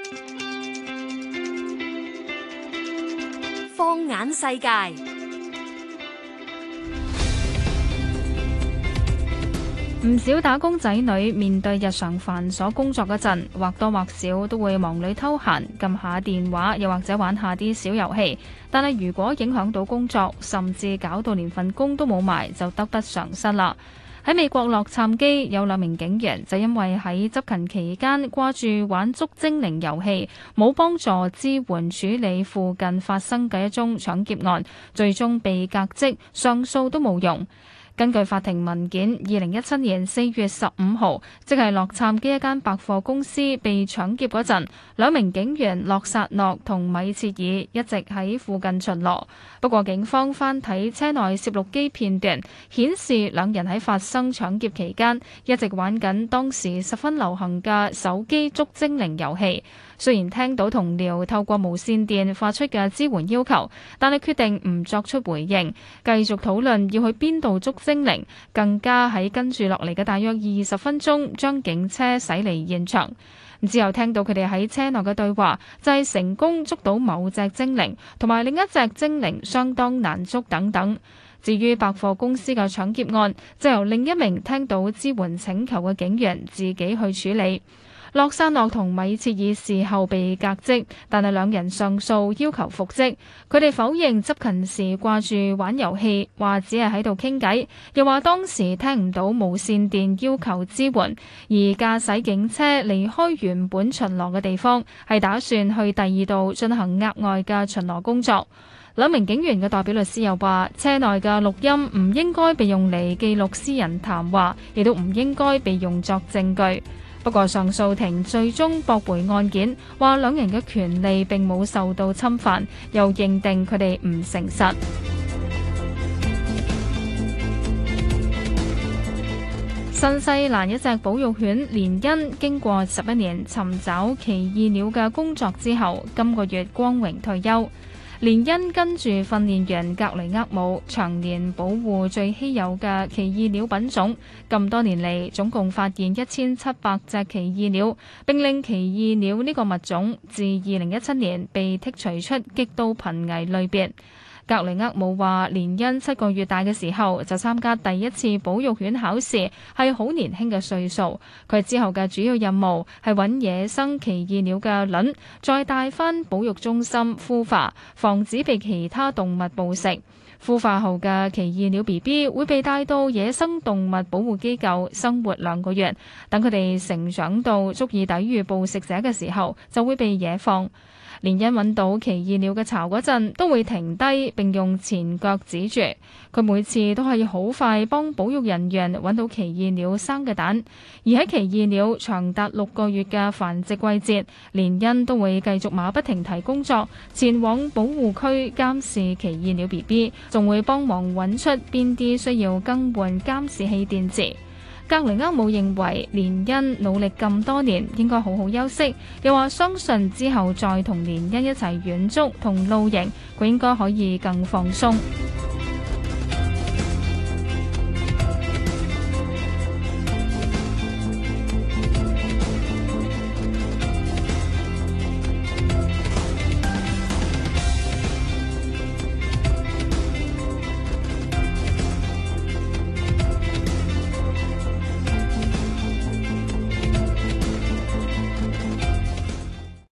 放眼世界， 唔少打工仔女面對日常繁瑣工作嗰陣，或多或少都會忙裏偷閒，撳下電話，又或者玩下啲小遊戲。但係如果影響到工作，甚至搞到連份工都冇埋，就得不償失啦。喺美國洛杉磯有2名警員就因為喺執勤期間掛住玩捉精靈遊戲，冇幫助支援處理附近發生嘅一宗搶劫案，最終被革職，上訴都冇用。根據法庭文件，2017年4月15號，即係洛杉磯一間百貨公司被搶劫嗰陣，2名警員洛薩諾同米切爾一直喺附近巡邏。不過警方翻睇車內攝錄機片段，顯示2人喺發生搶劫期間一直玩緊當時十分流行嘅手機捉精靈遊戲。雖然聽到同僚透過無線電發出嘅支援要求，但係決定唔作出回應，繼續討論要去邊度捉精靈，更加喺跟住落嚟嘅大約20分鐘將警車駛離現場。之後聽到佢哋喺車內嘅對話，就係成功捉到某隻精靈，同埋另一隻精靈相當難捉等等。至於百貨公司嘅搶劫案，就由另一名聽到支援請求嘅警員自己去處理。洛薩諾同米切爾事後被革職，但係2人上訴要求復職。佢哋否認執勤時掛住玩遊戲，話只係喺度傾偈，又話當時聽唔到無線電要求支援，而駕駛警車離開原本巡邏嘅地方，係打算去第2度進行額外嘅巡邏工作。2名警員嘅代表律師又話，車內嘅錄音唔應該被用嚟記錄私人談話，亦都唔應該被用作證據。不過上訴庭最終駁回案件，話2人嘅權利並冇受到侵犯，又認定佢哋唔誠實。新西蘭一隻保育犬連恩經過11年尋找奇異鳥嘅工作之後，今個月光榮退休。連恩跟住訓練員格雷厄姆長年保護最稀有嘅奇異鳥品種，咁多年嚟總共發現1700隻奇異鳥，並令奇異鳥呢個物種自2017年被剔除出極度瀕危類別。格雷厄姆話，連恩7個月大嘅時候就參加第一次保育犬考試，係好年輕嘅歲數。佢之後嘅主要任務係揾野生奇異鳥嘅卵，再帶返保育中心孵化，防止被其他動物捕食。孵化後嘅奇異鳥 BB 會被帶到野生動物保護機構生活2個月，等佢哋成長到足以抵禦捕食者嘅時候，就會被野放。連恩揾到奇異鳥嘅巢嗰陣，都會停低並用前腳指住。佢每次都可以好快幫保育人員揾到奇異鳥生嘅蛋。而喺奇異鳥長達6個月嘅繁殖季節，連恩都會繼續馬不停蹄工作，前往保護區監視奇異鳥 BB， 仲會幫忙揾出邊啲需要更換監視器電池。格雷厄姆認為連恩努力咁多年，應該好好休息，又話相信之後再同連恩一齊遠足同露營，佢應該可以更放鬆。